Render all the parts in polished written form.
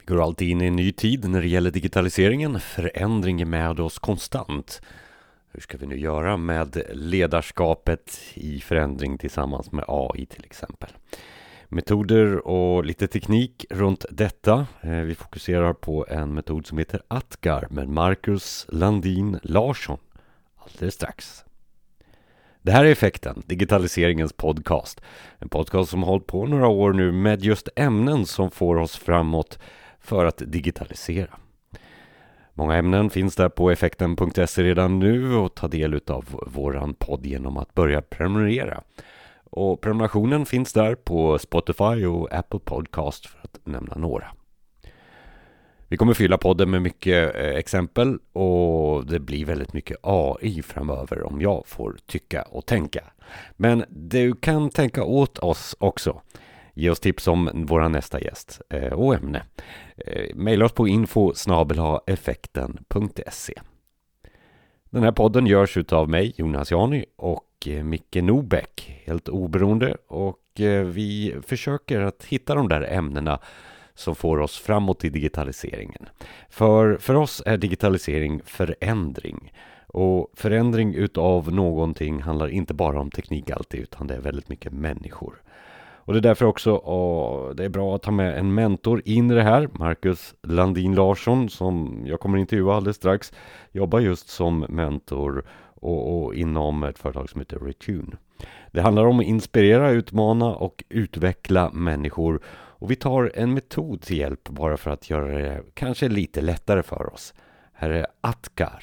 Går alltid in i en ny tid när det gäller digitaliseringen. Förändring är med oss konstant. Hur ska vi nu göra med ledarskapet i förändring tillsammans med AI till exempel? Metoder och lite teknik runt detta. Vi fokuserar på en metod som heter ATGAR med Marcus Landin Larsson alldeles strax. Det här är Effekten, digitaliseringens podcast. En podcast som har hållit på några år nu med just ämnen som får oss framåt för att digitalisera. Många ämnen finns där på effekten.se redan nu och ta del av våran podd genom att börja prenumerera. Och prenumerationen finns där på Spotify och Apple Podcast för att nämna några. Vi kommer fylla podden med mycket exempel och det blir väldigt mycket AI framöver om jag får tycka och tänka. Men du kan tänka åt oss också. Ge oss tips om våra nästa gäst och ämne. Maila oss på info@effekten.se. Den här podden görs av mig, Jonas Jani och Micke Nobäck, helt oberoende. Och vi försöker att hitta de där ämnena som får oss framåt i digitaliseringen. För oss är digitalisering förändring. Och förändring utav någonting handlar inte bara om teknik alltid, utan det är väldigt mycket människor. Och det är därför också det är bra att ha med en mentor in i det här. Marcus Landin Larsson, som jag kommer intervjua alldeles strax, jobbar just som mentor och inom ett företag som heter Retune. Det handlar om att inspirera, utmana och utveckla människor. Och vi tar en metod till hjälp bara för att göra det kanske lite lättare för oss. Här är ATGAR.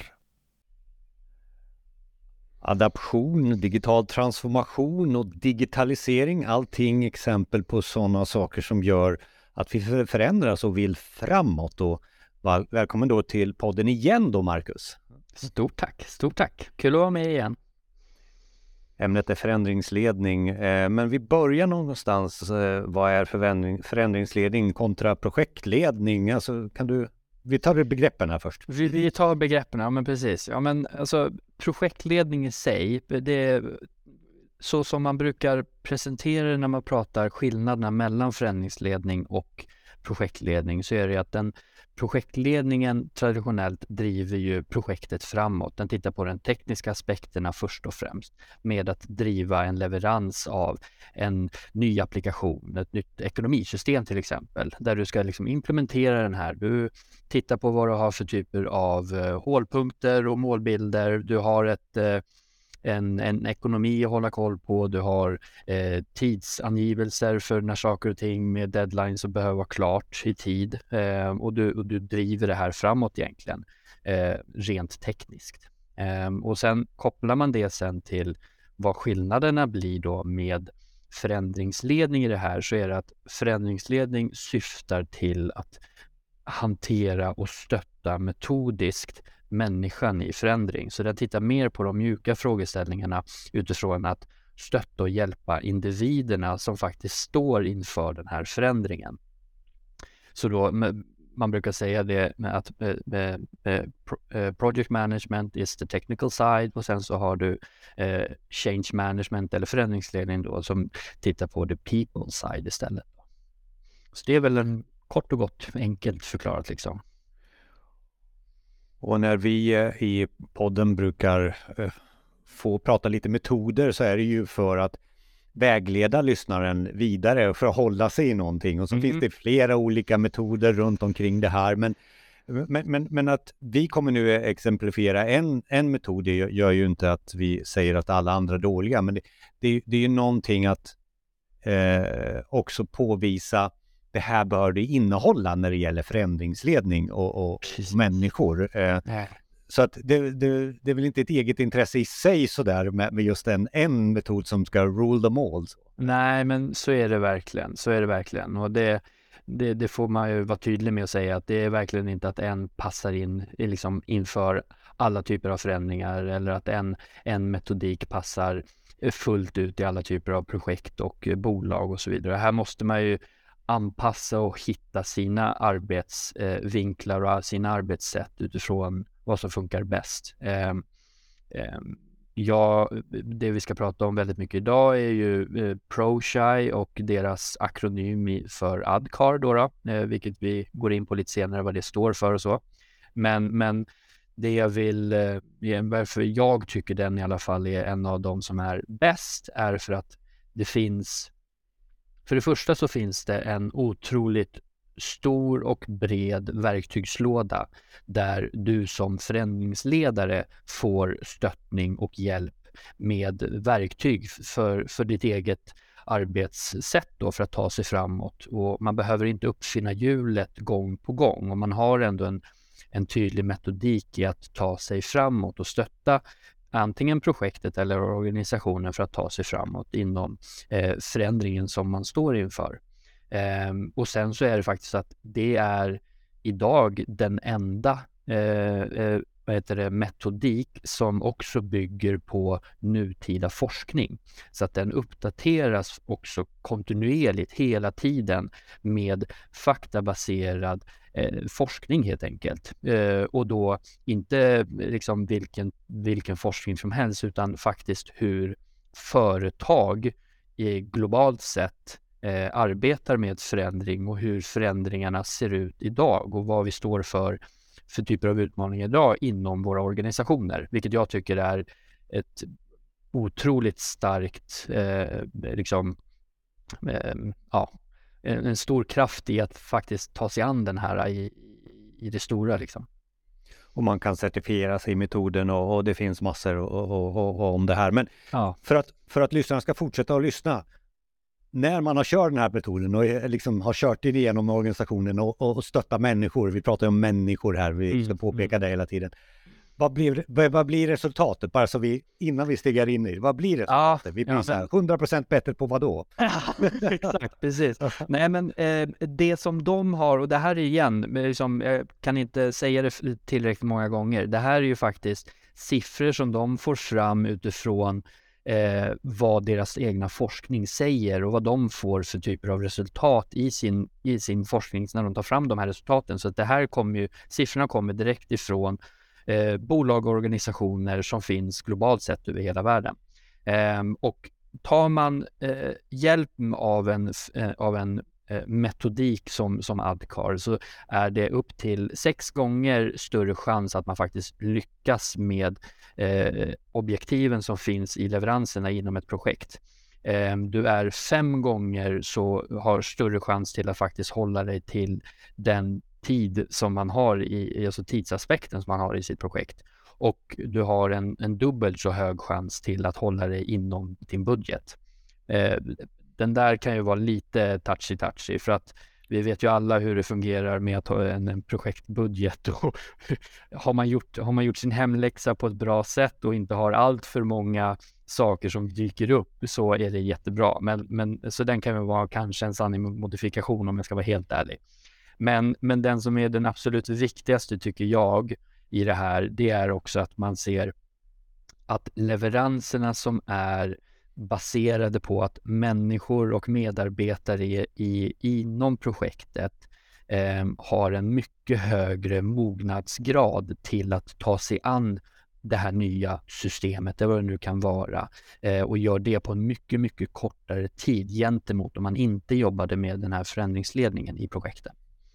Adaption, digital transformation och digitalisering, allting exempel på sådana saker som gör att vi förändras och vill framåt. Och välkommen då till podden igen då, Marcus. Stort tack. Kul att vara med igen. Ämnet är förändringsledning, men vi börjar någonstans. Vad är förändringsledning kontra projektledning? Alltså, vi tar begreppen här först. Vi tar begreppen, ja men precis. Ja men alltså projektledning i sig, det är så som man brukar presentera det när man pratar skillnaderna mellan förändringsledning och projektledning, så är det att projektledningen traditionellt driver ju projektet framåt. Den tittar på de tekniska aspekterna först och främst med att driva en leverans av en ny applikation, ett nytt ekonomisystem till exempel, där du ska liksom implementera den här. Du tittar på vad du har för typer av hålpunkter och målbilder. Du har en ekonomi att hålla koll på, du har tidsangivelser för när saker och ting med deadlines som behöver vara klart i tid, och du driver det här framåt egentligen rent tekniskt. Och sen kopplar man det sen till vad skillnaderna blir då med förändringsledning i det här, så är det att förändringsledning syftar till att hantera och stötta metodiskt människan i förändring. Så den tittar mer på de mjuka frågeställningarna utifrån att stötta och hjälpa individerna som faktiskt står inför den här förändringen. Så då man brukar säga det med att project management is the technical side, och sen så har du change management eller förändringsledning då som tittar på the people side istället. Så det är väl en kort och gott enkelt förklarat liksom. Och när vi i podden brukar få prata lite metoder, så är det ju för att vägleda lyssnaren vidare för att hålla sig i någonting. Och så finns det flera olika metoder runt omkring det här. Men att vi kommer nu exemplifiera en metod, det gör ju inte att vi säger att alla andra är dåliga. Men det är ju någonting att också påvisa det här bör det innehålla när det gäller förändringsledning och människor. Så att det är väl inte ett eget intresse i sig sådär med just en metod som ska rule them all. Nej, men så är det verkligen. Och det får man ju vara tydlig med att säga att det är verkligen inte att en passar in liksom inför alla typer av förändringar, eller att en metodik passar fullt ut i alla typer av projekt och bolag och så vidare. Här måste man ju anpassa och hitta sina arbetsvinklar och sina arbetssätt utifrån vad som funkar bäst. det vi ska prata om väldigt mycket idag är ju ProShy och deras akronym för ADKAR då, vilket vi går in på lite senare vad det står för och så. Men det jag vill, varför jag tycker den i alla fall är en av de som är bäst, är för att det finns, för det första så finns det en otroligt stor och bred verktygslåda där du som förändringsledare får stöttning och hjälp med verktyg för ditt eget arbetssätt då, för att ta sig framåt. Och man behöver inte uppfinna hjulet gång på gång, och man har ändå en tydlig metodik i att ta sig framåt och stötta antingen projektet eller organisationen för att ta sig framåt inom förändringen som man står inför. Och sen så är det faktiskt att det är idag den enda metodik som också bygger på nutida forskning. Så att den uppdateras också kontinuerligt hela tiden med faktabaserad forskning helt enkelt. Och då inte liksom vilken forskning som helst, utan faktiskt hur företag globalt sett arbetar med förändring och hur förändringarna ser ut idag och vad vi står för typer av utmaningar idag inom våra organisationer, vilket jag tycker är ett otroligt starkt en stor kraft i att faktiskt ta sig an den här i det stora liksom. Och man kan certifiera sig i metoden och det finns massor om det här. Men för att lyssnarna ska fortsätta att lyssna, när man har kört den här metoden och liksom har kört det igenom organisationen och stöttat människor, vi pratar om människor här, vi ska påpeka det hela tiden. Vad blir resultatet? Bara så innan vi stiger in i det, vad blir resultatet? Vi blir så här 100% bättre på vad då? Exakt, precis. Nej, men det som de har, och det här är igen, liksom, jag kan inte säga det tillräckligt många gånger, det här är ju faktiskt siffror som de får fram utifrån vad deras egna forskning säger och vad de får för typer av resultat i sin forskning när de tar fram de här resultaten. Så att det här siffrorna kommer direkt ifrån bolag och organisationer som finns globalt sett över hela världen. Och tar man hjälp av en metodik som ADKAR, så är det upp till 6 gånger större chans att man faktiskt lyckas med objektiven som finns i leveranserna inom ett projekt. Du är 5 gånger så har större chans till att faktiskt hålla dig till den tid som man har alltså tidsaspekten som man har i sitt projekt, och du har en dubbelt så hög chans till att hålla dig inom din budget. Den där kan ju vara lite touchy för att vi vet ju alla hur det fungerar med att ha en projektbudget, och har man gjort sin hemläxa på ett bra sätt och inte har allt för många saker som dyker upp, så är det jättebra. Men så den kan ju vara kanske en sanning modifikation om jag ska vara helt ärlig. Men den som är den absolut viktigaste tycker jag i det här, det är också att man ser att leveranserna som är baserade på att människor och medarbetare inom projektet har en mycket högre mognadsgrad till att ta sig an det här nya systemet, det vad det nu kan vara, och gör det på en mycket, mycket kortare tid gentemot om man inte jobbade med den här förändringsledningen i projektet.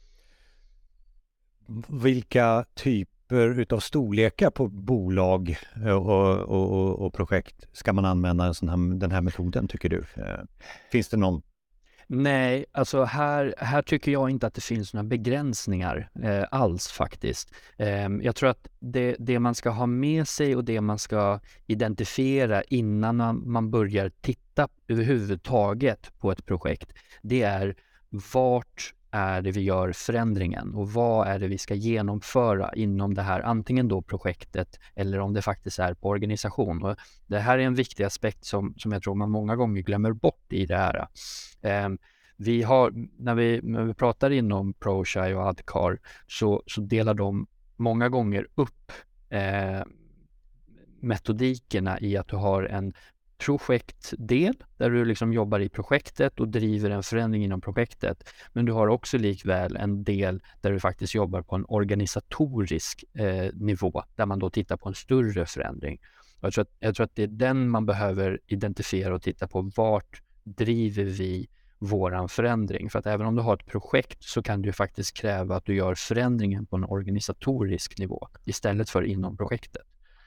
Vilka typer utav storlekar på bolag och projekt ska man använda den här metoden, tycker du? Finns det någon? Nej, alltså här tycker jag inte att det finns några begränsningar alls faktiskt. Jag tror att det man ska ha med sig och det man ska identifiera innan man börjar titta överhuvudtaget på ett projekt, det är vart är det vi gör förändringen och vad är det vi ska genomföra inom det här, antingen då projektet eller om det faktiskt är på organisation. Och det här är en viktig aspekt som jag tror man många gånger glömmer bort i det här. Vi har, när vi pratar inom ProShy och ADKAR, så delar de många gånger upp metodikerna i att du har en projektdel där du liksom jobbar i projektet och driver en förändring inom projektet, men du har också likväl en del där du faktiskt jobbar på en organisatorisk nivå där man då tittar på en större förändring. Jag tror att det är den man behöver identifiera och titta på. Vart driver vi våran förändring? För att även om du har ett projekt så kan du faktiskt kräva att du gör förändringen på en organisatorisk nivå istället för inom projektet.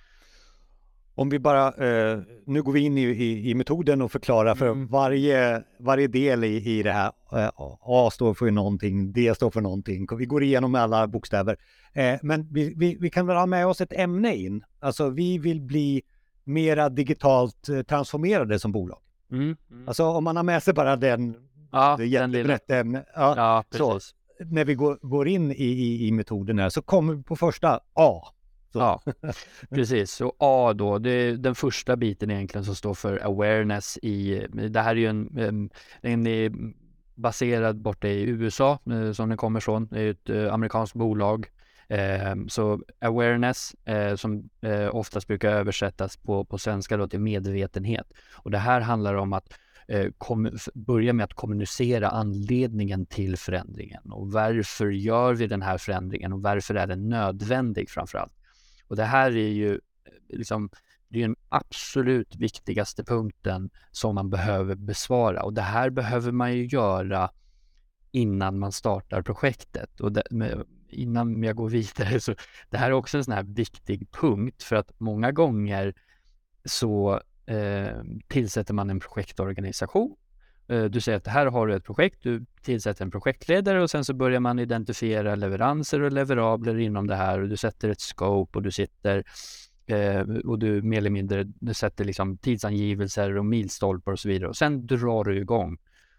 Om vi bara, nu går vi in i metoden och förklarar för varje del i det här. A står för någonting, D står för någonting. Vi går igenom alla bokstäver. Men vi kan väl ha med oss ett ämne in. Alltså vi vill bli mera digitalt transformerade som bolag. Alltså om man har med sig bara den jättebrett ämne. Ja, precis. Så, när vi går in i metoden här så kommer vi på första A. Så. Ja, precis. Så A då, det är den första biten egentligen som står för awareness det här är ju den är baserad borta i USA som den kommer från. Det är ett amerikanskt bolag. Så awareness som oftast brukar översättas på svenska då till medvetenhet. Och det här handlar om att börja med att kommunicera anledningen till förändringen och varför gör vi den här förändringen och varför är den nödvändig framförallt. Och det här är ju liksom, det är den absolut viktigaste punkten som man behöver besvara. Och det här behöver man ju göra innan man startar projektet. Och innan jag går vidare så det här är också en sån här viktig punkt för att många gånger så tillsätter man en projektorganisation. Du säger att här har du ett projekt, du tillsätter en projektledare och sen så börjar man identifiera leveranser och leverabler inom det här och du sätter ett scope och du sitter och du mer eller mindre du sätter liksom tidsangivelser och milstolpar och så vidare och sen drar du igång.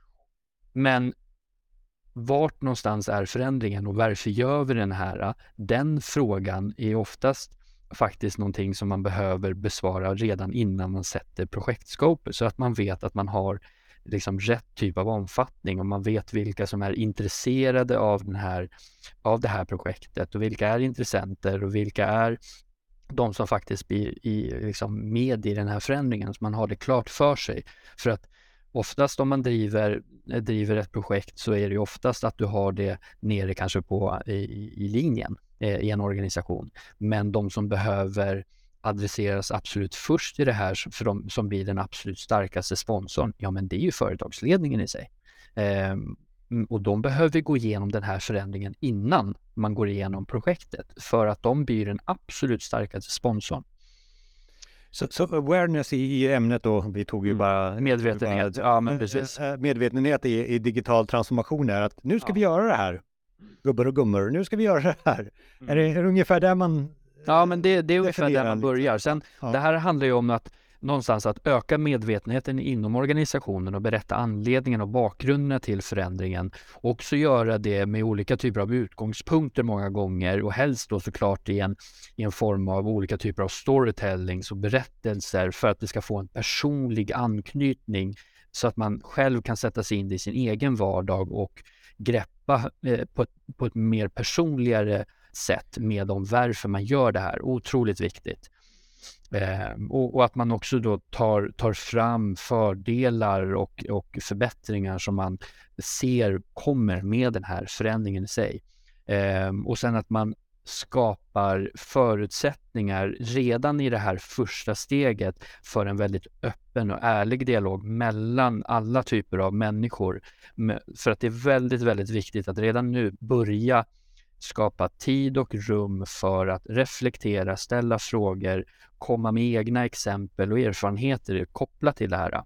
Men vart någonstans är förändringen och varför gör vi den här? Den frågan är oftast faktiskt någonting som man behöver besvara redan innan man sätter projektscope så att man vet att man har liksom rätt typ av omfattning och man vet vilka som är intresserade av det här projektet och vilka är intressenter och vilka är de som faktiskt blir liksom med i den här förändringen så man har det klart för sig. För att oftast om man driver ett projekt så är det oftast att du har det nere kanske i linjen i en organisation. Men de som behöver adresseras absolut först i det här för de som blir den absolut starkaste sponsorn, ja men det är ju företagsledningen i sig. Och de behöver gå igenom den här förändringen innan man går igenom projektet för att de blir den absolut starkaste sponsorn. Så awareness i ämnet då, vi tog ju bara medvetenhet. Ja, men precis. Medvetenhet i digital transformation är att nu ska vi göra det här. Gubbar och gummor, nu ska vi göra det här. Är det ungefär där man... Ja, men det är ungefär där man börjar. Sen, det här handlar ju om att någonstans att öka medvetenheten inom organisationen och berätta anledningen och bakgrunden till förändringen. Och också göra det med olika typer av utgångspunkter många gånger och helst då såklart i en form av olika typer av storytellings och berättelser för att det ska få en personlig anknytning så att man själv kan sätta sig in i sin egen vardag och greppa på ett mer personligare sätt med om varför man gör det här. Otroligt viktigt. Och att man också då tar fram fördelar och förbättringar som man ser kommer med den här förändringen i sig. Och sen att man skapar förutsättningar redan i det här första steget för en väldigt öppen och ärlig dialog mellan alla typer av människor. För att det är väldigt, väldigt viktigt att redan nu börja skapa tid och rum för att reflektera, ställa frågor, komma med egna exempel och erfarenheter kopplat till det här.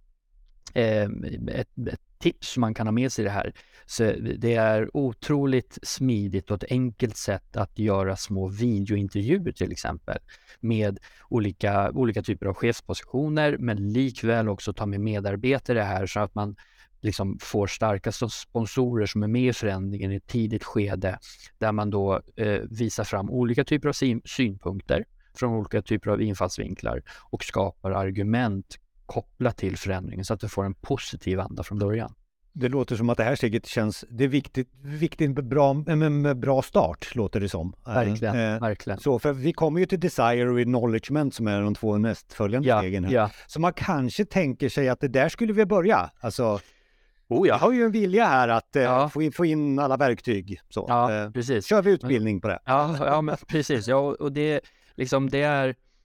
Ett tips man kan ha med sig i det här. Så det är otroligt smidigt och ett enkelt sätt att göra små videointervjuer till exempel med olika typer av chefspositioner men likväl också ta med medarbetare här så att man liksom får starka sponsorer som är med i förändringen i ett tidigt skede där man då visar fram olika typer av synpunkter från olika typer av infallsvinklar och skapar argument kopplat till förändringen så att det får en positiv anda från början. Det låter som att det här steget det är viktigt med bra start, låter det som. Verkligen, verkligen. Så, för vi kommer ju till desire och acknowledgement som är de två nästföljande stegen här. Ja. Så man kanske tänker sig att det där skulle vi börja. Alltså, jag har ju en vilja här att få in alla verktyg. Så. Ja, precis. Kör vi utbildning på det. Ja, men precis. Ja, och det är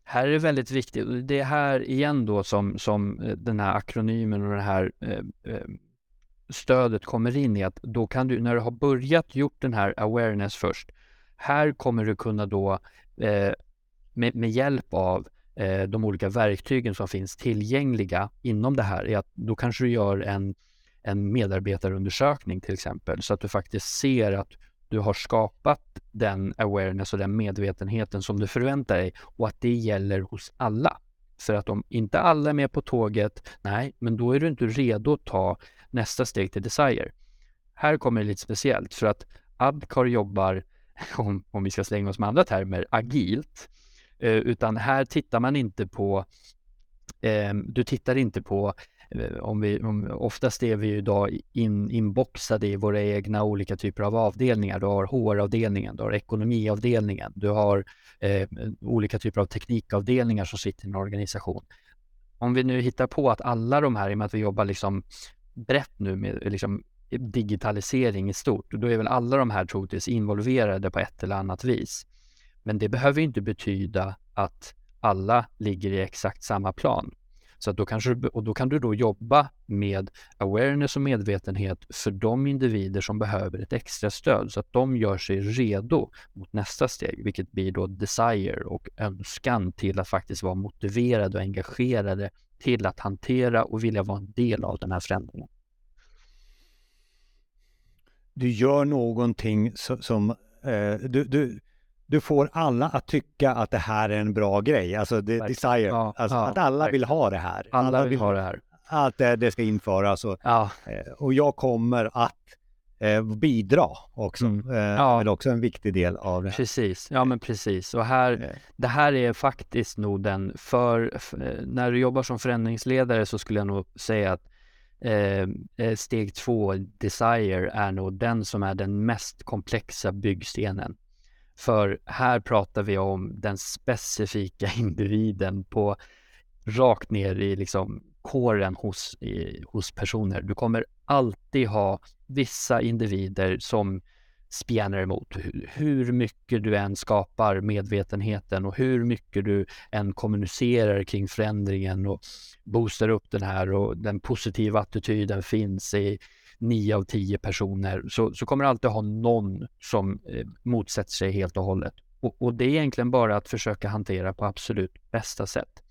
Här är det väldigt viktigt, det är här igen då som den här akronymen och det här stödet kommer in i, att då kan du, när du har börjat gjort den här awareness först, här kommer du kunna då med hjälp av de olika verktygen som finns tillgängliga inom det här, är att då kanske du gör en medarbetarundersökning till exempel, så att du faktiskt ser att du har skapat den awareness och den medvetenheten som du förväntar dig, och att det gäller hos alla. För att om inte alla är med på tåget, nej, men då är du inte redo att ta nästa steg till Desire. Här kommer det lite speciellt, för att Adcar jobbar, om vi ska slänga oss med andra termer, agilt. Utan här tittar man inte på, du tittar inte på, oftast är vi ju idag inboxade i våra egna olika typer av avdelningar. Du har HR-avdelningen, du har ekonomiavdelningen, du har olika typer av teknikavdelningar som sitter i en organisation. Om vi nu hittar på att alla de här, i och med att vi jobbar liksom brett nu med liksom digitalisering i stort, då är väl alla de här troligtvis involverade på ett eller annat vis. Men det behöver inte betyda att alla ligger i exakt samma plan. Så att då kan du då jobba med awareness och medvetenhet för de individer som behöver ett extra stöd, så att de gör sig redo mot nästa steg, vilket blir då desire och önskan till att faktiskt vara motiverade och engagerade till att hantera och vilja vara en del av den här förändringen. Du gör någonting som du får alla att tycka att det här är en bra grej. Alltså desire. Ja, alltså att alla vill ha det här. Alla vill ha det här. Att det ska införas. Och jag kommer att bidra också. Är också en viktig del av det här. Precis, ja men precis. Och det här är faktiskt nog den, när du jobbar som förändringsledare, så skulle jag nog säga att steg 2, desire, är nog den som är den mest komplexa byggstenen. För här pratar vi om den specifika individen på rakt ner i liksom kåren hos personer. Du kommer alltid ha vissa individer som spjärnar emot. Hur mycket du än skapar medvetenheten och hur mycket du än kommunicerar kring förändringen och boostar upp den här, och den positiva attityden finns i 9 av 10 personer, så kommer det alltid ha någon som motsätter sig helt och hållet. Och det är egentligen bara att försöka hantera på absolut bästa sätt.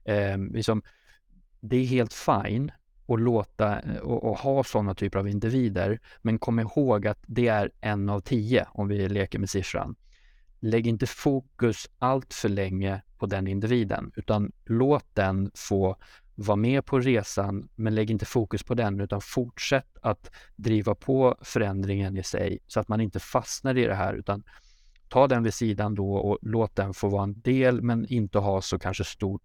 Det är helt fine att låta och ha sådana typer av individer, men kom ihåg att det är 1 av 10 om vi leker med siffran. Lägg inte fokus allt för länge på den individen, utan låt den få vara med på resan, men lägg inte fokus på den, utan fortsätt att driva på förändringen i sig, så att man inte fastnar i det här, utan ta den vid sidan då och låt den få vara en del, men inte ha så kanske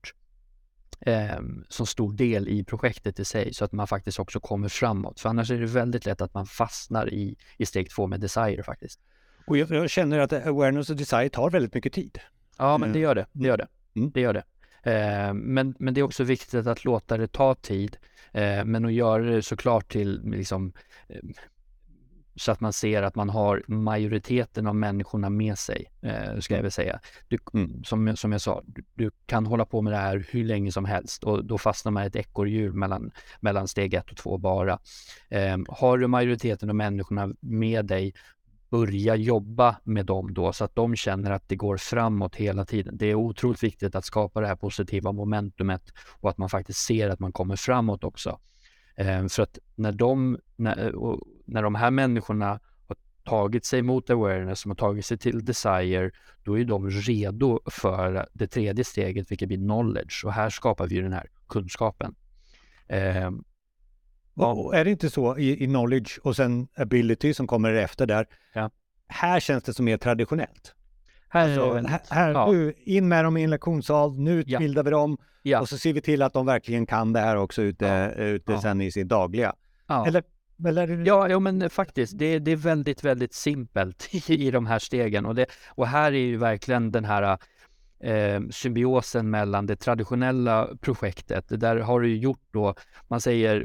så stor del i projektet i sig, så att man faktiskt också kommer framåt. För annars är det väldigt lätt att man fastnar i steg 2 med desire faktiskt. Och jag känner att awareness och desire tar väldigt mycket tid. Ja, men det gör det. Det gör det. Men det är också viktigt att låta det ta tid, men att göra det såklart till liksom, så att man ser att man har majoriteten av människorna med sig, ska jag väl säga. Som jag sa, du kan hålla på med det här hur länge som helst, och då fastnar man i ett ekorrhjul mellan steg 1 och 2 bara. Har du majoriteten av människorna med dig, börja jobba med dem då, så att de känner att det går framåt hela tiden. Det är otroligt viktigt att skapa det här positiva momentumet, och att man faktiskt ser att man kommer framåt också. För att när de här människorna har tagit sig mot awareness, som har tagit sig till desire, då är de redo för det tredje steget, vilket blir knowledge. Och här skapar vi den här kunskapen. Och är det inte så i knowledge och sen ability som kommer efter där? Ja. Här känns det som mer traditionellt. Nu in med dem i en lektionssal, nu utbildar vi dem, och så ser vi till att de verkligen kan det här också ute sen i sin dagliga. Ja. Men faktiskt, det är väldigt, väldigt simpelt i de här stegen. Och här är ju verkligen den här symbiosen mellan det traditionella projektet. Där har du gjort då, man säger,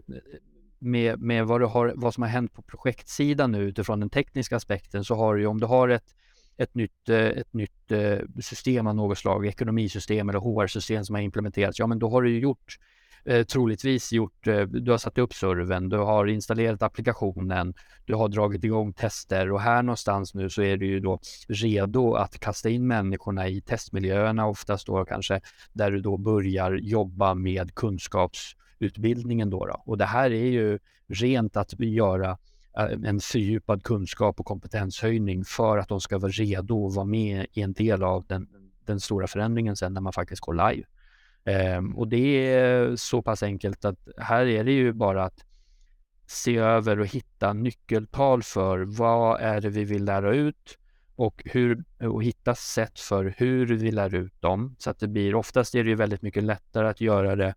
med vad som har hänt på projektsidan nu utifrån den tekniska aspekten, så har du ju, om du har ett nytt system av något slag, ekonomisystem eller HR-system som har implementerats, ja men då har du ju troligtvis du har satt upp servern, du har installerat applikationen, du har dragit igång tester och här någonstans nu så är du ju då redo att kasta in människorna i testmiljöerna, oftast då kanske där du då börjar jobba med kunskapsutbildningen då. Och det här är ju rent att göra en fördjupad kunskap och kompetenshöjning för att de ska vara redo att vara med i en del av den stora förändringen sen när man faktiskt går live. Och det är så pass enkelt att här är det ju bara att se över och hitta nyckeltal för vad är det vi vill lära ut och hitta sätt för hur vi lär ut dem. Så att det blir, oftast är det ju väldigt mycket lättare att göra det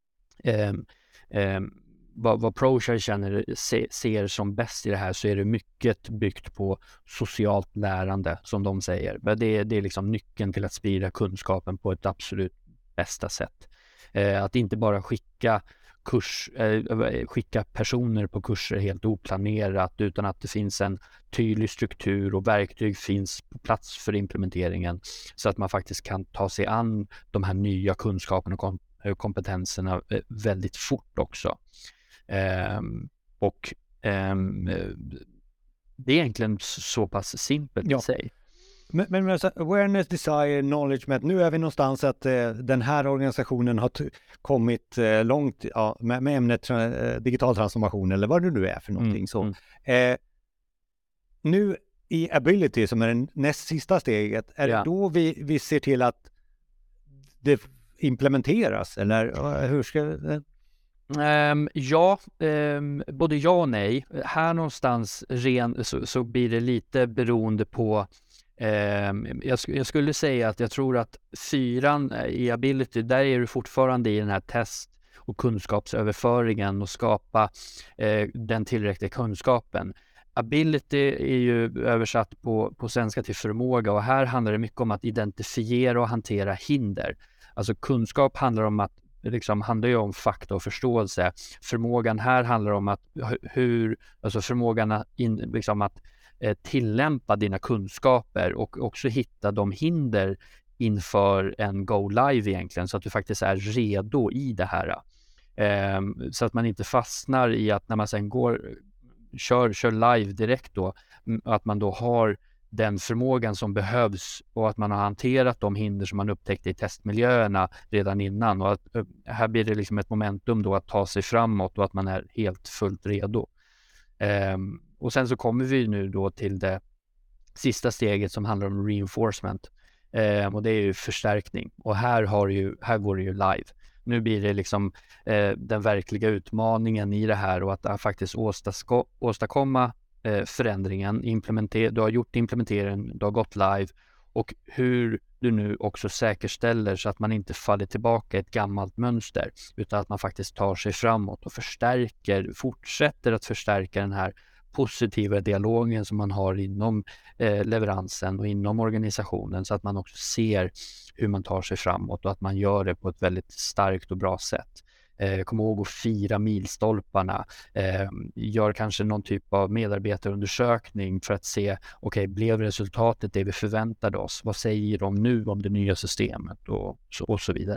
vad ProShare ser som bäst i det här, så är det mycket byggt på socialt lärande som de säger. Men det är liksom nyckeln till att sprida kunskapen på ett absolut bästa sätt. Att inte bara skicka personer på kurser helt oplanerat, utan att det finns en tydlig struktur och verktyg finns på plats för implementeringen så att man faktiskt kan ta sig an de här nya kunskaperna och kompetenserna väldigt fort också. Det är egentligen så pass simpelt i sig. Men alltså, awareness, desire, knowledge, nu är vi någonstans att den här organisationen har kommit långt med ämnet digital transformation eller vad det nu är för någonting. Nu i ability som är den näst sista steget, är det då vi ser till att det implementeras eller hur ska det? Både ja och nej. Här någonstans så blir det lite beroende på jag skulle säga att jag tror att 4 i ability, där är du fortfarande i den här test- och kunskapsöverföringen och skapa den tillräckliga kunskapen. Ability är ju översatt på svenska till förmåga, och här handlar det mycket om att identifiera och hantera hinder. Alltså kunskap handlar om att handlar ju om fakta och förståelse. Förmågan här handlar om att förmågan att tillämpa dina kunskaper och också hitta de hinder inför en go live egentligen, så att du faktiskt är redo i det här. Så att man inte fastnar i att när man sen kör live direkt då, att man då har den förmågan som behövs och att man har hanterat de hinder som man upptäckte i testmiljöerna redan innan, och att här blir det liksom ett momentum då att ta sig framåt och att man är helt fullt redo. Och sen så kommer vi nu då till det sista steget som handlar om reinforcement, och det är ju förstärkning, och här går det ju live. Nu blir det den verkliga utmaningen i det här, och att faktiskt åstadkomma förändringen, du har gjort implementeringen, du har gått live, och hur du nu också säkerställer så att man inte faller tillbaka i ett gammalt mönster, utan att man faktiskt tar sig framåt och fortsätter att förstärka den här positiva dialogen som man har inom leveransen och inom organisationen, så att man också ser hur man tar sig framåt och att man gör det på ett väldigt starkt och bra sätt. Kom ihåg att fira milstolparna, gör kanske någon typ av medarbetarundersökning för att se, blev resultatet det vi förväntade oss? Vad säger de nu om det nya systemet och så vidare.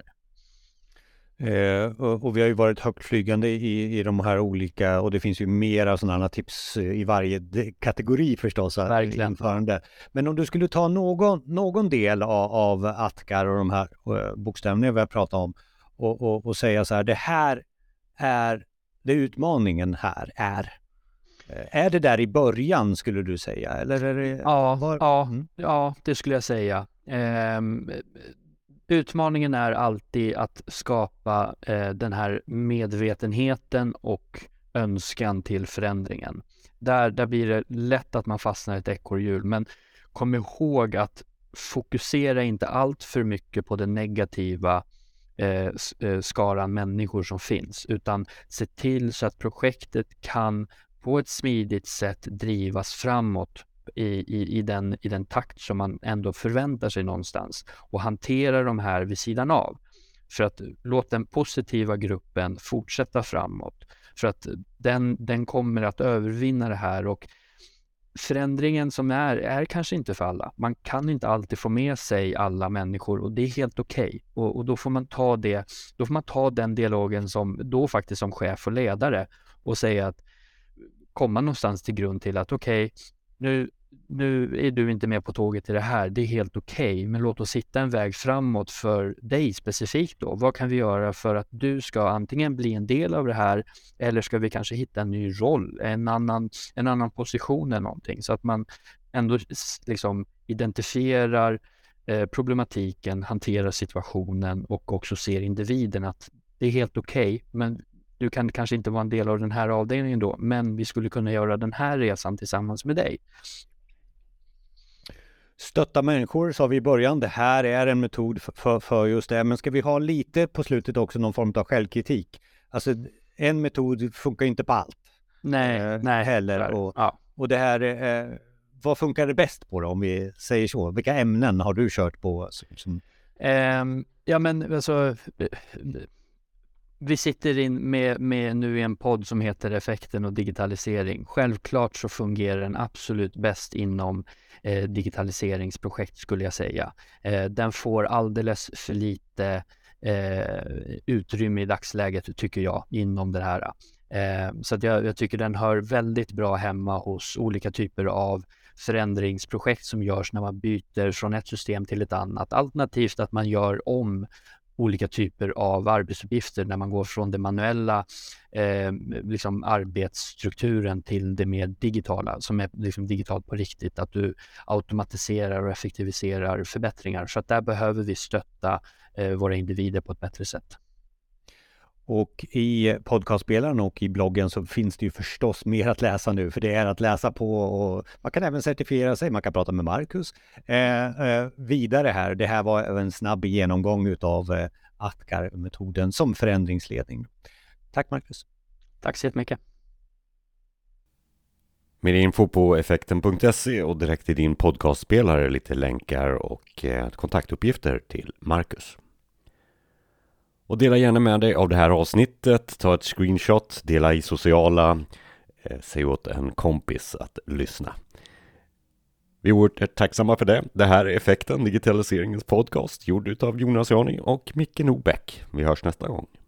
Och vi har ju varit högtflygande i de här olika, och det finns ju mera sådana tips i varje kategori förstås. Verkligen. Men om du skulle ta någon del av ATGAR och de här bokstäverna vi har pratat om och säga så här, det här är det utmaningen här är. Är det där i början skulle du säga? Eller är det... Ja, det skulle jag säga. Utmaningen är alltid att skapa den här medvetenheten och önskan till förändringen. Där blir det lätt att man fastnar i ett ekorrhjul, men kom ihåg att fokusera inte allt för mycket på det negativa skaran människor som finns, utan se till så att projektet kan på ett smidigt sätt drivas framåt i den takt som man ändå förväntar sig någonstans, och hantera de här vid sidan av, för att låta den positiva gruppen fortsätta framåt, för att den kommer att övervinna det här. Och förändringen som är kanske inte för alla. Man kan inte alltid få med sig alla människor och det är helt okej. Och då får man ta det, då får man ta den dialogen som chef och ledare och säga att komma någonstans till grund till att okej, nu är du inte med på tåget i det här, det är helt okej, men låt oss hitta en väg framåt för dig specifikt då. Vad kan vi göra för att du ska antingen bli en del av det här eller ska vi kanske hitta en ny roll, en annan position eller någonting, så att man ändå liksom identifierar problematiken, hanterar situationen och också ser individen att det är helt okej, men du kan kanske inte vara en del av den här avdelningen då, men vi skulle kunna göra den här resan tillsammans med dig. Stötta människor sa vi i början, det här är en metod för just det, men ska vi ha lite på slutet också någon form av självkritik? Alltså en metod funkar inte på allt. Nej heller. Och det här, vad funkar det bäst på då, om vi säger så? Vilka ämnen har du kört på? Ja men alltså, vi sitter in med nu i en podd som heter Effekten och digitalisering. Självklart så fungerar den absolut bäst inom digitaliseringsprojekt skulle jag säga. Den får alldeles för lite utrymme i dagsläget tycker jag inom det här. Så att jag tycker den hör väldigt bra hemma hos olika typer av förändringsprojekt som görs när man byter från ett system till ett annat. Alternativt att man gör om olika typer av arbetsuppgifter när man går från det manuella liksom arbetsstrukturen till det mer digitala som är liksom digitalt på riktigt, att du automatiserar och effektiviserar förbättringar. Så att där behöver vi stötta våra individer på ett bättre sätt. Och i podcastspelaren och i bloggen så finns det ju förstås mer att läsa nu, för det är att läsa på och man kan även certifiera sig, man kan prata med Marcus. Vidare här, det här var en snabb genomgång utav ATKAR-metoden som förändringsledning. Tack Marcus. Tack så jättemycket. Mer info på effekten.se och direkt i din podcastspelare lite länkar och kontaktuppgifter till Marcus. Och dela gärna med dig av det här avsnittet, ta ett screenshot, dela i sociala, säg åt en kompis att lyssna. Vi är tacksamma för det. Det här är Effekten, digitaliseringens podcast, gjord av Jonas Jani och Micke Nobäck. Vi hörs nästa gång.